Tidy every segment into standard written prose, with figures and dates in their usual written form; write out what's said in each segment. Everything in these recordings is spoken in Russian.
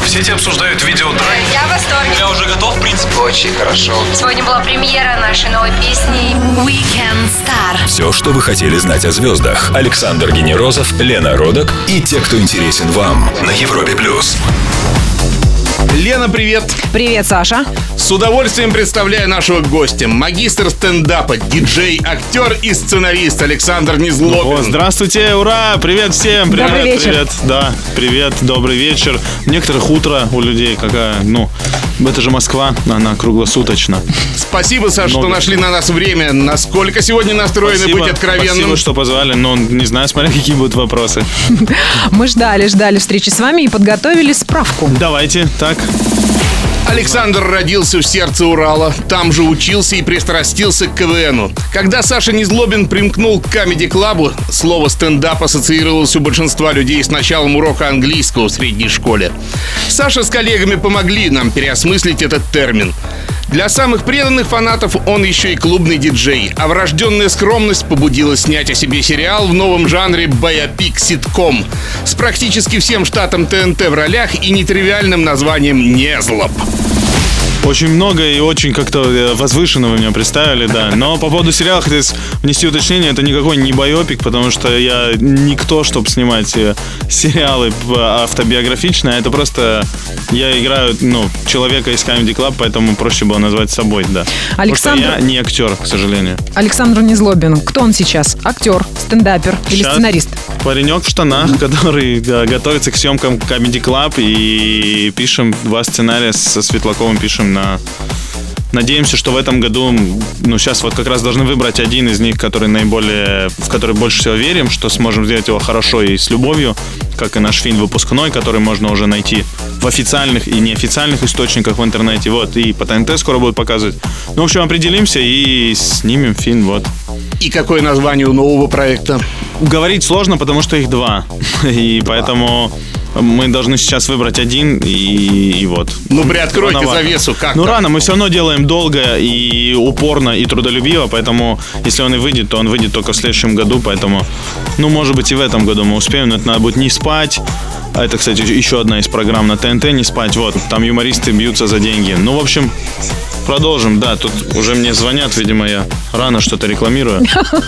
В сети обсуждают видеотрек. Я в восторге. Я уже готов, в принципе. Очень хорошо. Сегодня была премьера нашей новой песни Weekend Star. Все, что вы хотели знать о звездах. Александр Генерозов, Лена Родок и те, кто интересен вам на Европе+. Лена, привет. Привет, Саша. С удовольствием представляю нашего гостя. Магистр стендапа, диджей, актер и сценарист Александр Незлобин. О, здравствуйте, ура, привет всем. Привет, добрый вечер. Привет, да, привет, добрый вечер. У некоторых утро, у людей какая, это же Москва, она круглосуточно. Спасибо, Саша, что нашли на нас время. Насколько сегодня настроены быть откровенным? Спасибо, что позвали, не знаю, смотря какие будут вопросы. Мы ждали встречи с вами и подготовили справку. Давайте, так. Александр родился в сердце Урала, там же учился и пристрастился к КВНу. Когда Саша Незлобин примкнул к комеди-клабу, слово «стендап» ассоциировалось у большинства людей с началом урока английского в средней школе. Саша с коллегами помогли нам переосмыслить этот термин. Для самых преданных фанатов он еще и клубный диджей, а врожденная скромность побудила снять о себе сериал в новом жанре байопик-ситком с практически всем штатом ТНТ в ролях и нетривиальным названием «Незлоб». Очень много и очень как-то возвышенно вы меня представили, да. Но по поводу сериала хотелось внести уточнение. Это никакой не байопик, потому что я никто, чтобы снимать сериалы автобиографичные. Это просто я играю, человека из Comedy Club, поэтому проще было назвать собой, да. Александр... Потому что я не актер, к сожалению. Александр Незлобин. Кто он сейчас? Актер, стендапер или сценарист? Паренек в штанах, который готовится к съемкам Comedy Club, и пишем 2 сценария со Светлаковым, пишем Надеемся, что в этом году, сейчас вот как раз должны выбрать один из них, в который больше всего верим, что сможем сделать его хорошо и с любовью, как и наш фильм «Выпускной», который можно уже найти в официальных и неофициальных источниках в интернете, и по ТНТ скоро будут показывать. В общем, определимся и снимем фильм, вот. И какое название у нового проекта? Говорить сложно, потому что их 2, и поэтому... Мы должны сейчас выбрать один и вот. Приоткройте завесу, как рано, мы все равно делаем долго и упорно и трудолюбиво, поэтому если он и выйдет, то он выйдет только в следующем году, поэтому, может быть, и в этом году мы успеем, но это надо будет не спать. А это, кстати, еще одна из программ на ТНТ, не спать, там юмористы бьются за деньги. В общем, продолжим, да, тут уже мне звонят, видимо, я рано что-то рекламирую.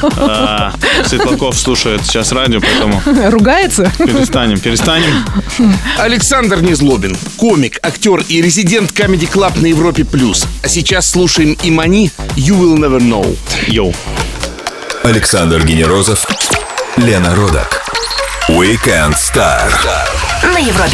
Светлаков слушает сейчас радио, поэтому... Ругается? Перестанем. Александр Незлобин, комик, актер и резидент Comedy Club на Европе+. А сейчас слушаем Имани «You Will Never Know». Йоу. Александр Генерозов, Лена Родок. Weekend Star На Европе+.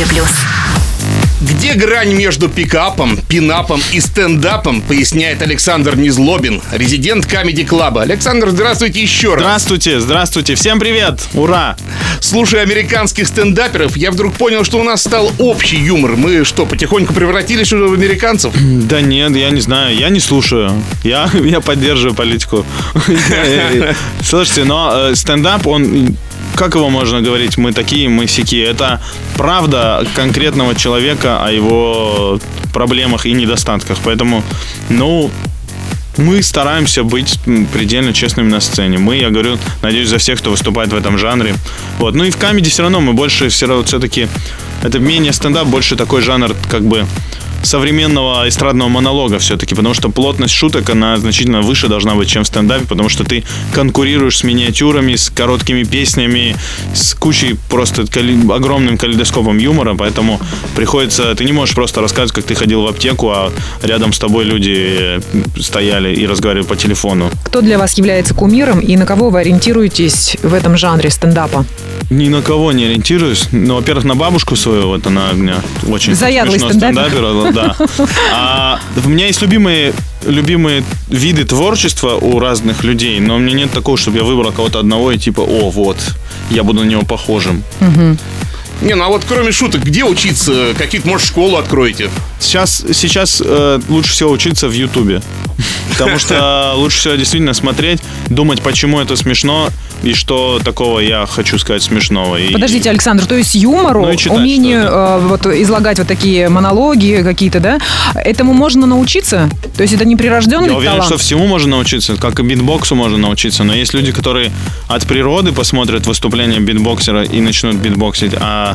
Где грань между пикапом, пинапом и стендапом, поясняет Александр Незлобин, резидент Comedy Club. Александр, здравствуйте еще раз. Здравствуйте, всем привет, ура! Слушая американских стендаперов, я вдруг понял, что у нас стал общий юмор. Мы что, потихоньку превратились уже в американцев? Да нет, я не знаю, я не слушаю. Я поддерживаю политику. Слушайте, но стендап, он... Как его можно говорить? Мы такие, мы сякие. Это правда конкретного человека о его проблемах и недостатках. Поэтому, мы стараемся быть предельно честными на сцене. Я говорю, надеюсь, за всех, кто выступает в этом жанре. И в комедии все равно мы больше все-таки... Это менее стендап, больше такой жанр, современного эстрадного монолога все-таки, потому что плотность шуток, она значительно выше должна быть, чем в стендапе, потому что ты конкурируешь с миниатюрами, с короткими песнями, с кучей просто огромным калейдоскопом юмора, поэтому приходится... Ты не можешь просто рассказывать, как ты ходил в аптеку, а рядом с тобой люди стояли и разговаривали по телефону. Кто для вас является кумиром и на кого вы ориентируетесь в этом жанре стендапа? Ни на кого не ориентируюсь. Во-первых, на бабушку свою, она у меня очень заядлый стендапер. Да. А у меня есть любимые виды творчества у разных людей, но у меня нет такого, чтобы я выбрал кого-то одного и я буду на него похожим. Угу. А вот кроме шуток, где учиться? Какие-то, может, школу откроете? Сейчас лучше всего учиться в Ютубе. Потому что лучше всего действительно смотреть, думать, почему это смешно и что такого я хочу сказать смешного. Подождите, Александр, то есть юмору, умению излагать такие монологи какие-то, да? Этому можно научиться? То есть это не прирожденный талант? Я уверен, что всему можно научиться, как и битбоксу можно научиться. Но есть люди, которые от природы посмотрят выступление битбоксера и начнут битбоксить, а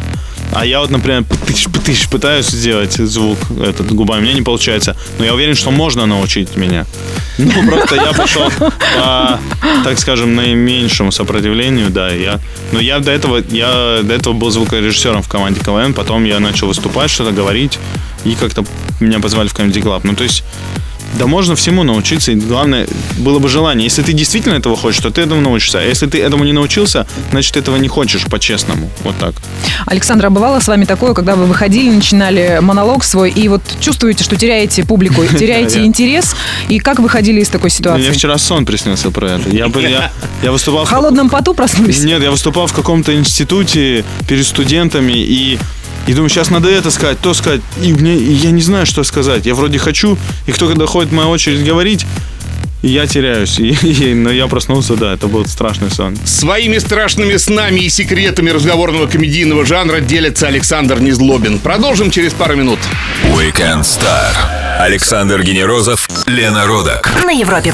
А я вот, например, пытаюсь сделать звук этот губами, у меня не получается. Но я уверен, что можно научить меня. Ну, просто я пошел по, так скажем, наименьшему сопротивлению, да. Но я до этого был звукорежиссером в команде КВН, потом я начал выступать, что-то говорить, и как-то меня позвали в Comedy Club. Ну, то есть, да можно всему научиться, и главное, было бы желание. Если ты действительно этого хочешь, то ты этому научишься. А если ты этому не научился, значит, ты этого не хочешь по-честному. Вот так. Александр, а бывало с вами такое, когда вы выходили, начинали монолог свой, и вот чувствуете, что теряете публику, теряете интерес, и как выходили из такой ситуации? Мне вчера сон приснился про это. Я выступал... В холодном поту проснулись? Нет, я выступал в каком-то институте перед студентами, и думаю, сейчас надо это сказать, то сказать. И я не знаю, что сказать. Я вроде хочу, и когда доходит моя очередь говорить, я теряюсь. Но я проснулся, да, это был страшный сон. Своими страшными снами и секретами разговорного комедийного жанра делится Александр Незлобин. Продолжим через пару минут. Weekend Star. Александр Генерозов, Лена Родок. На Европе+.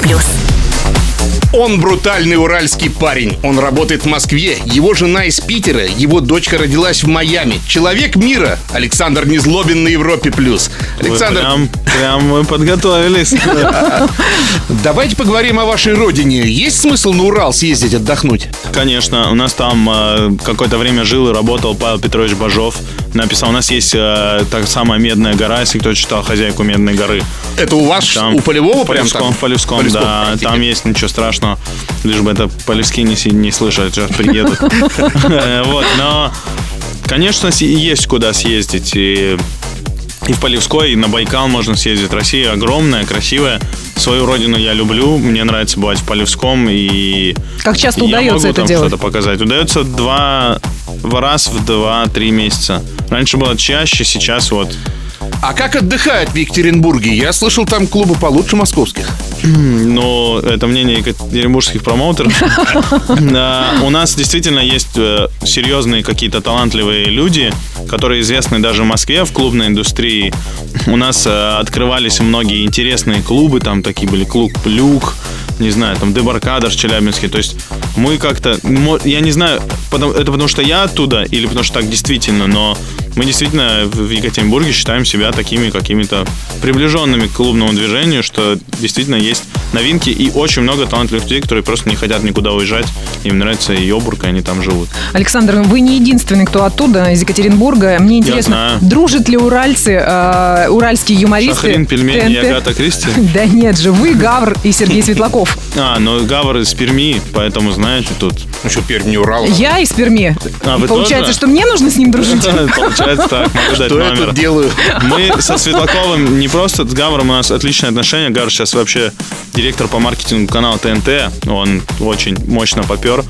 Он брутальный уральский парень. Он работает в Москве. Его жена из Питера. Его дочка родилась в Майами. Человек мира. Александр Незлобин на Европе+. Александр... Прям мы подготовились. Давайте поговорим о вашей родине. Есть смысл на Урал съездить отдохнуть? Конечно. У нас там какое-то время жил и работал Павел Петрович Бажов. Написал, у нас есть та самая Медная гора, если кто читал «Хозяйку Медной горы». Это у вас там, у Полевого прям там? В Полевском, да. Там есть, ничего страшного. Лишь бы это полевские не слышали, сейчас приедут. Вот, но, конечно, есть куда съездить. И в Полевской, и на Байкал можно съездить. Россия огромная, красивая. Свою родину я люблю. Мне нравится бывать в Полевском. И как часто удается это делать? Я могу там что-то показать. Удается раз в 2-3 месяца. Раньше было чаще, сейчас вот. А как отдыхают в Екатеринбурге? Я слышал, там клубы получше московских. Ну, это мнение екатеринбургских промоутеров. У нас действительно есть серьезные какие-то талантливые люди, которые известны даже в Москве в клубной индустрии. У нас открывались многие интересные клубы, там такие были клуб «Люк», не знаю, там Дебаркадер Челябинский. То есть мы как-то, я не знаю, это потому что я оттуда или потому что так действительно, но мы действительно в Екатеринбурге считаем себя такими какими-то приближенными к клубному движению, что действительно есть новинки и очень много талантливых людей, которые просто не хотят никуда уезжать. Им нравится и Йобург, и они там живут. Александр, вы не единственный, кто оттуда, из Екатеринбурга. Мне интересно, дружат ли уральцы, уральские юмористы? Шахрин, Пельмень и Агата Кристи? Да нет же, вы Гавр и Сергей Светлаков. Но Гавр из Перми, поэтому знаете тут. Ну что, Пермь не Урал? Я из Перми. Вы получается, тоже? Что мне нужно с ним дружить? Получается так, могу дать Что я номер. тут делаю? Мы со Светлаковым не просто с Гавром, у нас отличные отношения. Гавр сейчас вообще директор по маркетингу канала ТНТ. Он очень мощно попер.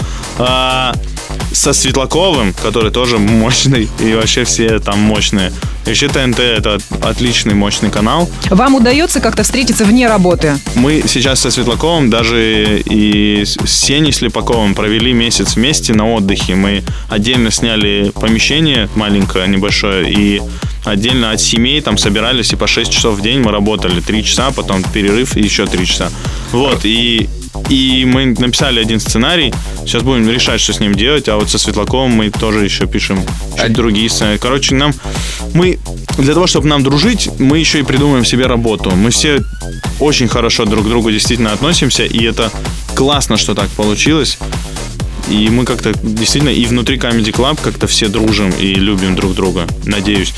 Со Светлаковым, который тоже мощный, и вообще все там мощные. И вообще ТНТ — это отличный, мощный канал. Вам удается как-то встретиться вне работы? Мы сейчас со Светлаковым даже и с Сеней Слепаковым провели месяц вместе на отдыхе. Мы отдельно сняли помещение маленькое, небольшое, и отдельно от семей там собирались, и по 6 часов в день мы работали. 3 часа, потом перерыв и еще 3 часа. Вот, и мы написали один сценарий. Сейчас будем решать, что с ним делать. А вот со Светлаковым мы тоже еще пишем чуть другие сценарии. Короче, мы для того, чтобы нам дружить, мы еще и придумаем себе работу. Мы все очень хорошо друг к другу действительно относимся. И это классно, что так получилось. И мы как-то действительно и внутри Comedy Club как-то все дружим и любим друг друга. Надеюсь.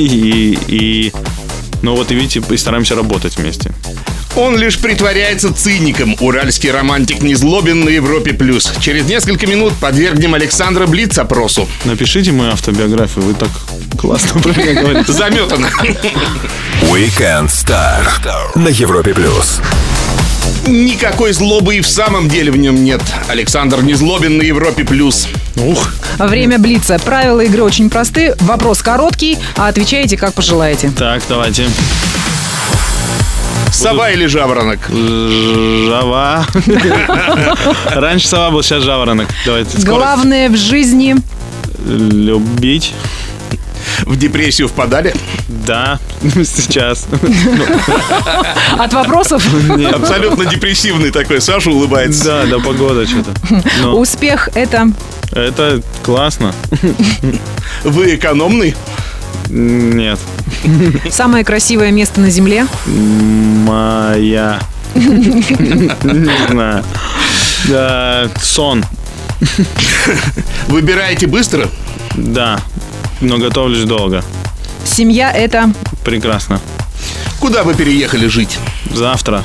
Ну вот и видите, и стараемся работать вместе. Он лишь притворяется циником. Уральский романтик Незлобин на Европе+. Через несколько минут подвергнем Александра блиц-опросу. Напишите мою автобиографию, вы так классно про меня говорите. Заметано. Weekend Star на Европе+. Никакой злобы и в самом деле в нем нет. Александр Незлобин на Европе+. Ух. Время блица. Правила игры очень просты. Вопрос короткий, а отвечаете, как пожелаете. Так, давайте. Сова или жаворонок? Жава. Раньше сова был, сейчас жаворонок. Давайте. Главное в жизни? Любить. В депрессию впадали? Да, сейчас. От вопросов? Нет. Абсолютно депрессивный такой. Саша улыбается. Да, погода что-то. Успех — это? Это классно. Вы экономный? Нет. Самое красивое место на Земле? Моя. Не знаю. Да, сон. Выбираете быстро? Да, но готовлюсь долго. Семья — это? Прекрасно. Куда вы переехали жить? Завтра.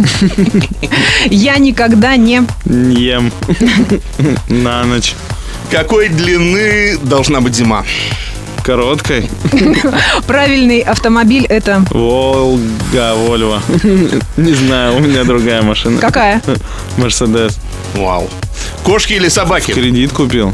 Я никогда не... Ем. На ночь. Какой длины должна быть зима? Короткой. Правильный автомобиль — это? Волга, Вольво. Не знаю, у меня другая машина. Какая? Мерседес. Вау. Кошки или собаки? Кредит купил.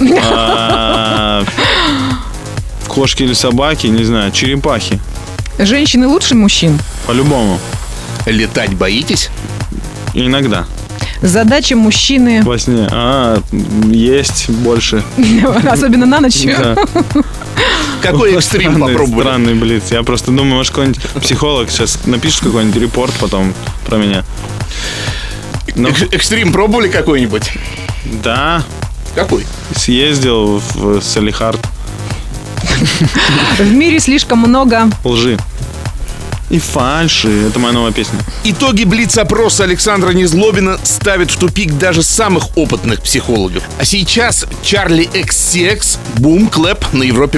Кошки или собаки, не знаю, черепахи. Женщины лучше мужчин? По-любому. Летать боитесь? Иногда. Задача мужчины... Во сне. Есть больше. Особенно на ночь. Да. Какой экстрим попробовали? Странный блиц. Я просто думаю, может, какой-нибудь психолог сейчас напишет какой-нибудь репорт потом про меня. Экстрим пробовали какой-нибудь? Да. Какой? Съездил в Салихард. В мире слишком много... Лжи. И фальши. Это моя новая песня. Итоги блиц-опроса Александра Незлобина ставят в тупик даже самых опытных психологов. А сейчас Charli XCX, Boom Clap на Европе+.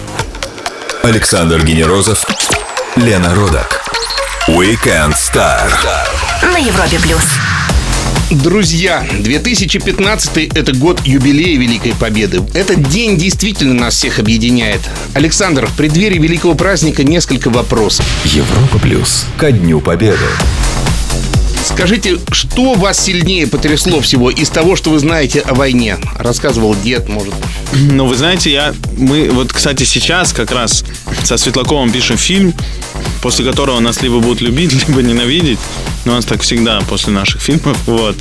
Александр Генерозов, Лена Родак. Weekend Star На Европе+. Друзья, 2015 – это год юбилея Великой Победы. Этот день действительно нас всех объединяет. Александр, в преддверии великого праздника несколько вопросов. Европа плюс. Ко Дню Победы. Скажите, что вас сильнее потрясло всего из того, что вы знаете о войне? Рассказывал дед, может. Ну, вы знаете, мы вот, кстати, сейчас как раз со Светлаковым пишем фильм, после которого нас либо будут любить, либо ненавидеть. Но у нас так всегда после наших фильмов. Вот.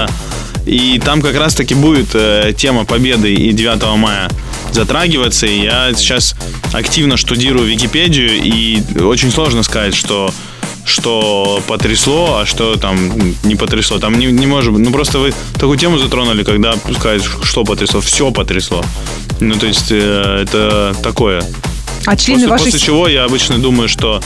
И там как раз-таки будет тема Победы и 9 мая затрагиваться. И я сейчас активно штудирую Википедию, и очень сложно сказать, что потрясло, а что там не потрясло. Там не может быть. Ну, просто вы такую тему затронули, когда сказать, что потрясло. Все потрясло. Ну, то есть, это такое. А члены после чего я обычно думаю, что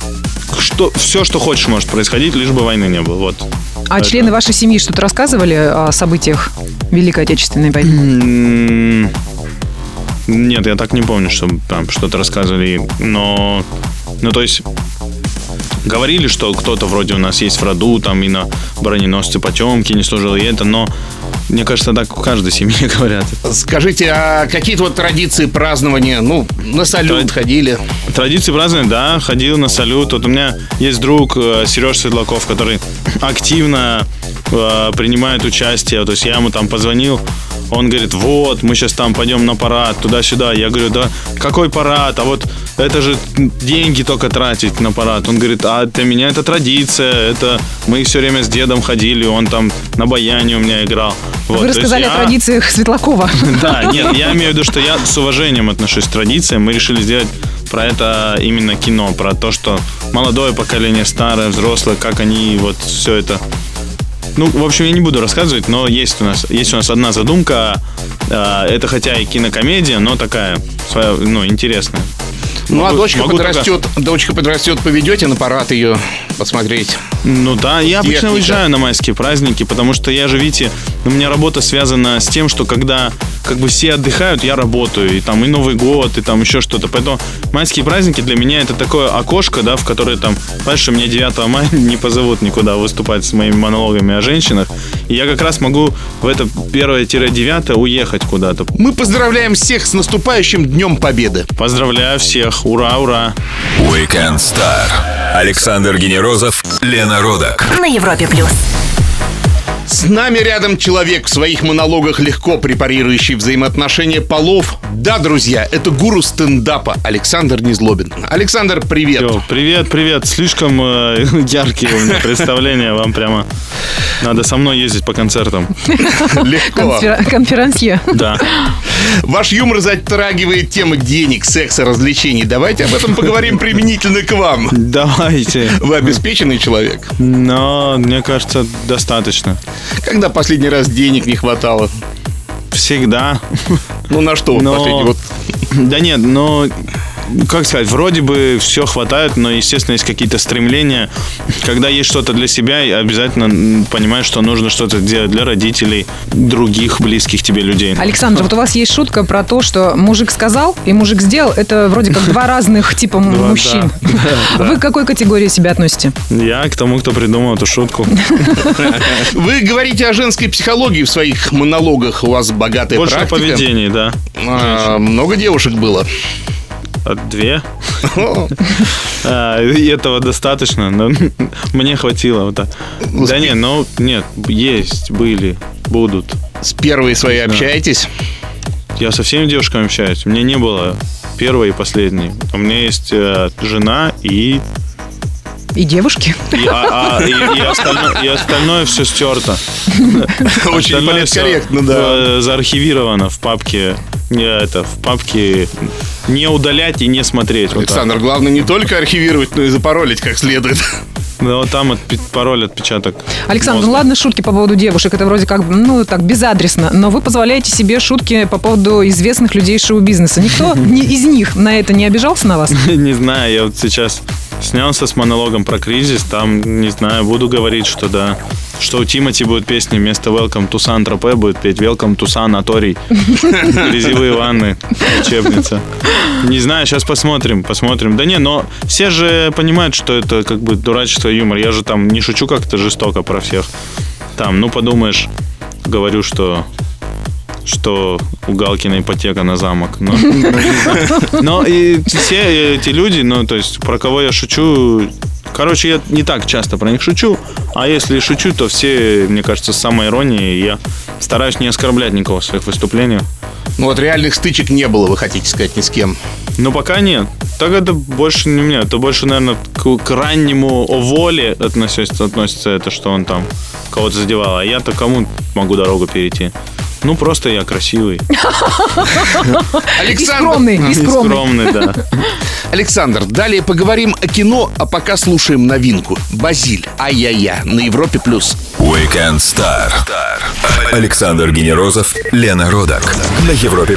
все, что хочешь, может происходить, лишь бы войны не было. Вот. А это... члены вашей семьи что-то рассказывали о событиях Великой Отечественной войны? Нет, я так не помню, что там что-то рассказывали. Но, то есть... Говорили, что кто-то вроде у нас есть в роду, там и на броненосце Потемкине служил, и это, но мне кажется, так в каждой семье говорят. Скажите, а какие-то вот традиции празднования, ну, на салют ходили? Традиции празднования, да, ходил на салют. Вот у меня есть друг Сереж Светлаков, который активно принимает участие. То есть я ему там позвонил, он говорит, вот, мы сейчас там пойдем на парад, туда-сюда. Я говорю, да какой парад? А вот это же деньги только тратить на парад. Он говорит, а для меня это традиция, это мы все время с дедом ходили, он там на баяне у меня играл. Вот. Вы рассказали о традициях Светлакова. Да, нет, я имею в виду, что я с уважением отношусь к традициям. Мы решили сделать про это именно кино, про то, что молодое поколение, старое, взрослое, как они вот все это... Ну, в общем, я не буду рассказывать, но есть у нас одна задумка. Это хотя и кинокомедия, но такая, ну, интересная. Ну, а дочка подрастет, поведете на парад ее посмотреть? Ну да, я обычно уезжаю на майские праздники, потому что я же, видите, у меня работа связана с тем, что когда как бы все отдыхают, я работаю, и там и Новый год, и там еще что-то. Поэтому майские праздники для меня это такое окошко, да, в которое там, понимаешь, что меня 9 мая не позовут никуда выступать с моими монологами о женщинах. И я как раз могу в это 1-9 уехать куда-то. Мы поздравляем всех с наступающим Днем Победы. Поздравляю всех. Ура, ура. Weekend Star. Александр Генерозов, Лена Родак. На Европе+. С нами рядом человек, в своих монологах легко препарирующий взаимоотношения полов. Да, друзья, это гуру стендапа Александр Незлобин. Александр, привет. Привет. Слишком яркие у меня представления. Вам прямо надо со мной ездить по концертам. Легко. Конферансье. Да. Ваш юмор затрагивает темы денег, секса, развлечений. Давайте об этом поговорим применительно к вам. Давайте. Вы обеспеченный человек? Но, мне кажется, достаточно. Когда последний раз денег не хватало? всегда. Ну, на что Но... последний год? Да нет, но... Как сказать, вроде бы все хватает, но, естественно, есть какие-то стремления. Когда есть что-то для себя, обязательно понимаешь, что нужно что-то делать для родителей, других близких тебе людей. Александр, вот у вас есть шутка про то, что мужик сказал и мужик сделал. Это вроде как два разных типа мужчин. Вы к какой категории себя относите? Я к тому, кто придумал эту шутку. Вы говорите о женской психологии в своих монологах. У вас богатая больше практика. Больше о поведении, да. Много девушек было? 2. И этого достаточно, но мне хватило. Вот так. Да нет, нет, есть, были, будут. С первой своей общаетесь? Я со всеми девушками общаюсь. У меня не было первой и последней. У меня есть жена и... И девушки? И остальное все стерто. Очень политкорректно, да. Заархивировано в папке. В папке не удалять и не смотреть. Александр, вот главное не только архивировать, но и запаролить как следует. Да, вот там пароль, отпечаток. Александр, ну ладно, шутки по поводу девушек, это вроде как, так, безадресно, но вы позволяете себе шутки по поводу известных людей шоу-бизнеса. Никто из них на это не обижался на вас? Не знаю, я вот сейчас снялся с монологом про кризис, там, не знаю, буду говорить, что да, что у Тимати будет песни вместо Welcome to Сан-Тропе будет петь Welcome to Санаторий. Грязевые ванны, лечебница. Не знаю, сейчас посмотрим. Да не, но все же понимают, что это как бы дурачество и юмор. Я же там не шучу как-то жестоко про всех. Там, подумаешь, говорю, что у Галкина ипотека на замок. Но и все эти люди, то есть про кого я шучу... Короче, я не так часто про них шучу, а если шучу, то все, мне кажется, с самой иронией. Я стараюсь не оскорблять никого в своих выступлениях. Вот реальных стычек не было, вы хотите сказать, ни с кем? Пока нет. Так это больше не мне. Это больше, наверное, к раннему Воле относится это, что он там кого-то задевал. А я-то кому могу дорогу перейти? Просто я красивый. Александр... И скромный, да. Александр, далее поговорим о кино, а пока слушаем новинку. «Базиль. Ай-я-я» на Европе+. Weekend Star. Александр Генерозов, Лена Родак на Европе+.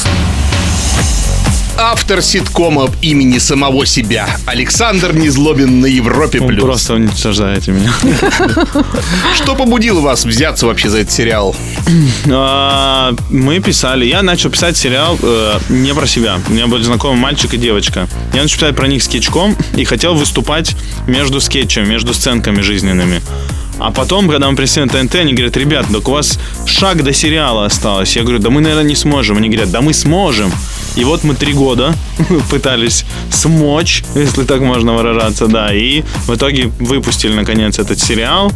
Автор ситкома имени самого себя Александр Незлобин на Европе+. Вы просто уничтожаете меня. Что побудило вас взяться вообще за этот сериал? Мы писали. Я начал писать сериал не про себя. У меня были знакомый мальчик и девочка. Я начал писать про них скетчком и хотел выступать между скетчами, между сценками жизненными. А потом, когда мы пришли на ТНТ, они говорят: ребят, так у вас шаг до сериала осталось. Я говорю: да мы, наверное, не сможем. Они говорят: да мы сможем. И вот мы 3 года пытались смочь, если так можно выражаться, да. И в итоге выпустили, наконец, этот сериал.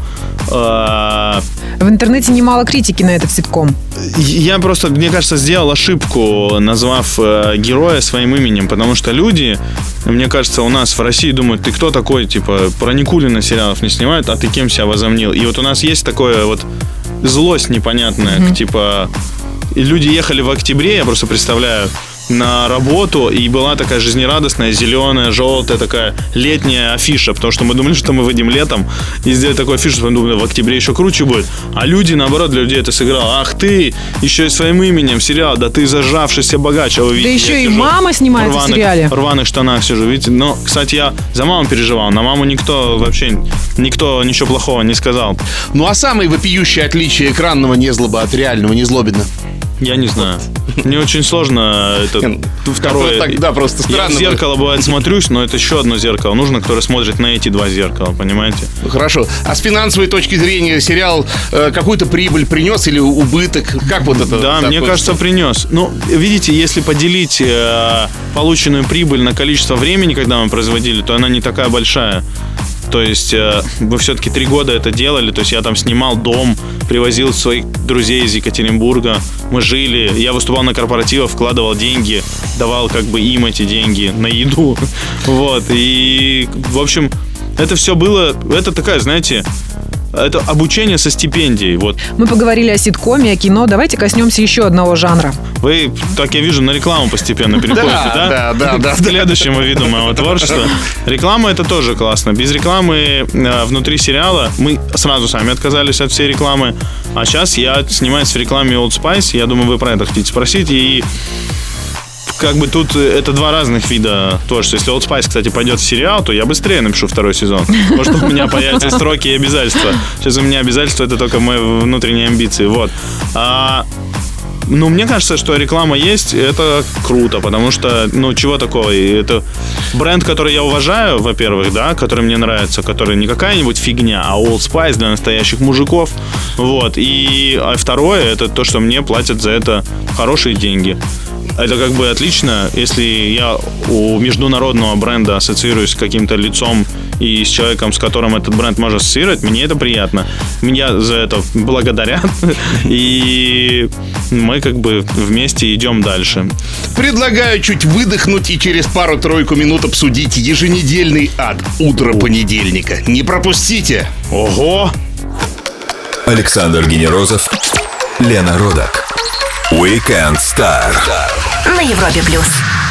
В интернете немало критики на этот ситком. Я просто, мне кажется, сделал ошибку, назвав героя своим именем. Потому что люди, мне кажется, у нас в России думают: ты кто такой? Типа, про Никулина сериалов не снимают, а ты кем себя возомнил? И вот у нас есть такое вот злость непонятная. Типа, люди ехали в октябре, я просто представляю, на работу, и была такая жизнерадостная, зеленая, желтая, такая летняя афиша, потому что мы думали, что мы выйдем летом и сделали такую афишу, мы думали, в октябре еще круче будет. А люди, наоборот, для людей это сыграло. Ах ты, еще и своим именем сериал, да ты зажравшийся богач. А вы видите, да еще и мама снимается в сериале. В рваных штанах сижу, видите. Но, кстати, я за маму переживал, на маму никто ничего плохого не сказал. Ну а самое вопиющее отличие экранного Незлоба от реального Незлобина? Я не знаю. Мне очень сложно это второе. Тогда просто странно. Я в зеркало бывает смотрюсь, но это еще одно зеркало нужно, которое смотрит на эти 2 зеркала, понимаете? Хорошо. А с финансовой точки зрения сериал какую-то прибыль принес или убыток? Как вот это? Да, мне кажется, принес. Ну, видите, если поделить полученную прибыль на количество времени, когда мы производили, то она не такая большая. То есть мы все-таки 3 года это делали. То есть я там снимал дом, привозил своих друзей из Екатеринбурга. Мы жили, я выступал на корпоративах, вкладывал деньги, давал как бы им эти деньги на еду. Вот, и в общем, это все было, это такая, знаете, это обучение со стипендией. Вот. Мы поговорили о ситкоме, о кино. Давайте коснемся еще одного жанра. Вы, так я вижу, на рекламу постепенно переходите, да? Да. К следующему виду моего творчества. Реклама — это тоже классно. Без рекламы внутри сериала мы сразу сами отказались от всей рекламы. А сейчас я снимаюсь в рекламе Old Spice. Я думаю, вы про это хотите спросить. И как бы тут это два разных вида творчества. Если Old Spice, кстати, пойдет в сериал, то я быстрее напишу второй сезон. Потому что у меня появятся сроки и обязательства. Сейчас у меня обязательства — это только мои внутренние амбиции. Вот. Ну, мне кажется, что реклама есть, это круто, потому что, ну, чего такого? Это бренд, который я уважаю, во-первых, да, который мне нравится, который не какая-нибудь фигня, а Old Spice для настоящих мужиков. Вот. И второе, это то, что мне платят за это хорошие деньги. Это как бы отлично, если я у международного бренда ассоциируюсь с каким-то лицом и с человеком, с которым этот бренд может ассоциировать, мне это приятно. Меня за это благодарят, и мы как бы вместе идем дальше. Предлагаю чуть выдохнуть и через пару-тройку минут обсудить еженедельный ад «Утро понедельника». Не пропустите! Ого! Александр Генерозов, Лена Родак. Weekend Star На Европе плюс.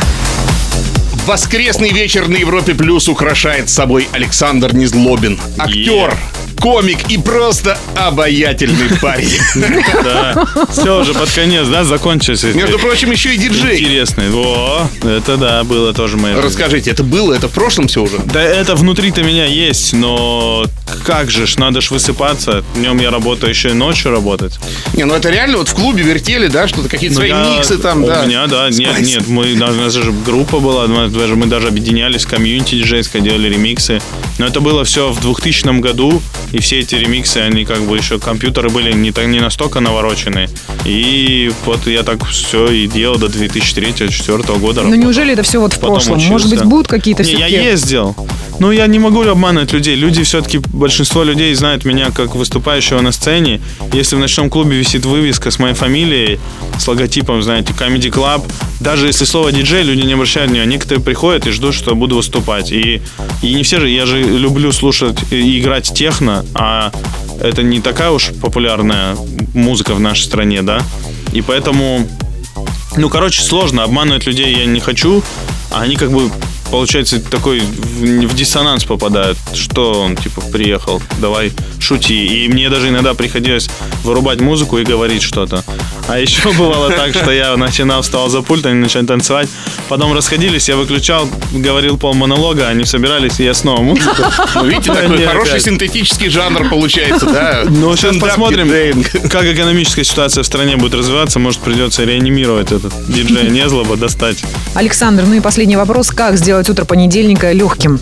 Воскресный вечер на Европе Плюс украшает собой Александр Незлобин. Актер, комик и просто обаятельный парень. Да, все уже под конец, да, закончилось. Между прочим, еще и диджей. Интересный. О, это да, было тоже в моей жизни. Расскажите, это было? Это в прошлом все уже? Да, это внутри-то меня есть, но как же ж, надо ж высыпаться. Днем я работаю, еще и ночью работать. Не, ну это реально вот в клубе вертели, да, что-то, какие-то свои миксы там, да. У меня, да, нет, у нас же группа была, мы даже объединялись, комьюнити диджейское, делали ремиксы. Но это было все в 2000 году, и все эти ремиксы, они как бы еще, компьютеры были не настолько навороченные. И вот я так все и делал до 2003-2004 года. Но неужели это все вот в прошлом? Учился. Может быть, будут какие-то Не, все-таки... я ездил. Ну, я не могу обманывать людей. Люди все-таки, большинство людей знают меня как выступающего на сцене. Если в ночном клубе висит вывеска с моей фамилией, с логотипом, знаете, Comedy Club, даже если слово диджей, люди не обращают внимания. Некоторые приходят и ждут, что буду выступать. И не все же, я же люблю слушать и играть техно, а это не такая уж популярная музыка в нашей стране, да? И поэтому, ну, короче, сложно. Обманывать людей я не хочу, а они как бы, получается, такой в диссонанс попадают. Что он, типа, приехал, давай шути. И мне даже иногда приходилось вырубать музыку и говорить что-то. А еще бывало так, что я вставал за пульт, они начали танцевать. Потом расходились, я выключал, говорил полмонолога, они собирались, и я снова музыку. Ну, видите, такой хороший синтетический жанр получается, да? Ну, сейчас посмотрим, как экономическая ситуация в стране будет развиваться. Может, придется реанимировать этот диджея Незлоба, достать. Александр, ну и последний вопрос. Как сделать утро понедельника легким?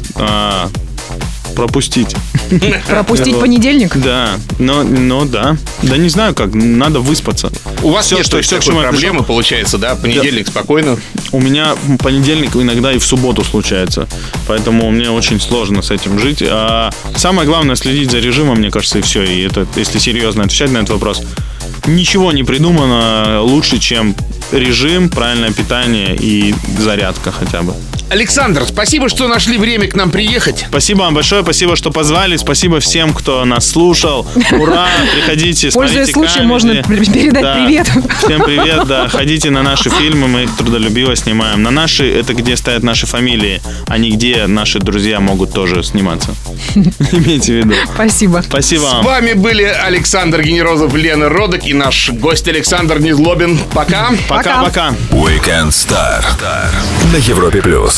Пропустить. Пропустить понедельник? Да, но да. Да не знаю как, надо выспаться. У вас Все, нет что такой проблемы, получается, да? Понедельник спокойно. У меня понедельник иногда и в субботу случается. Поэтому мне очень сложно с этим жить. А самое главное следить за режимом, мне кажется, и все. И это, если серьезно отвечать на этот вопрос, ничего не придумано лучше, чем режим, правильное питание и зарядка хотя бы. Александр, спасибо, что нашли время к нам приехать. Спасибо вам большое, спасибо, что позвали. Спасибо всем, кто нас слушал. Ура, приходите, пользуясь смотрите случаем, можно передать привет. Всем привет, да. Ходите на наши фильмы, мы их трудолюбиво снимаем. На наши, это где стоят наши фамилии, а не где наши друзья могут тоже сниматься. Имейте в виду. Спасибо. Спасибо вам. С вами были Александр Генерозов, Лена Родак и наш гость Александр Незлобин. Пока. Пока-пока. Weekend Star на Европе Плюс.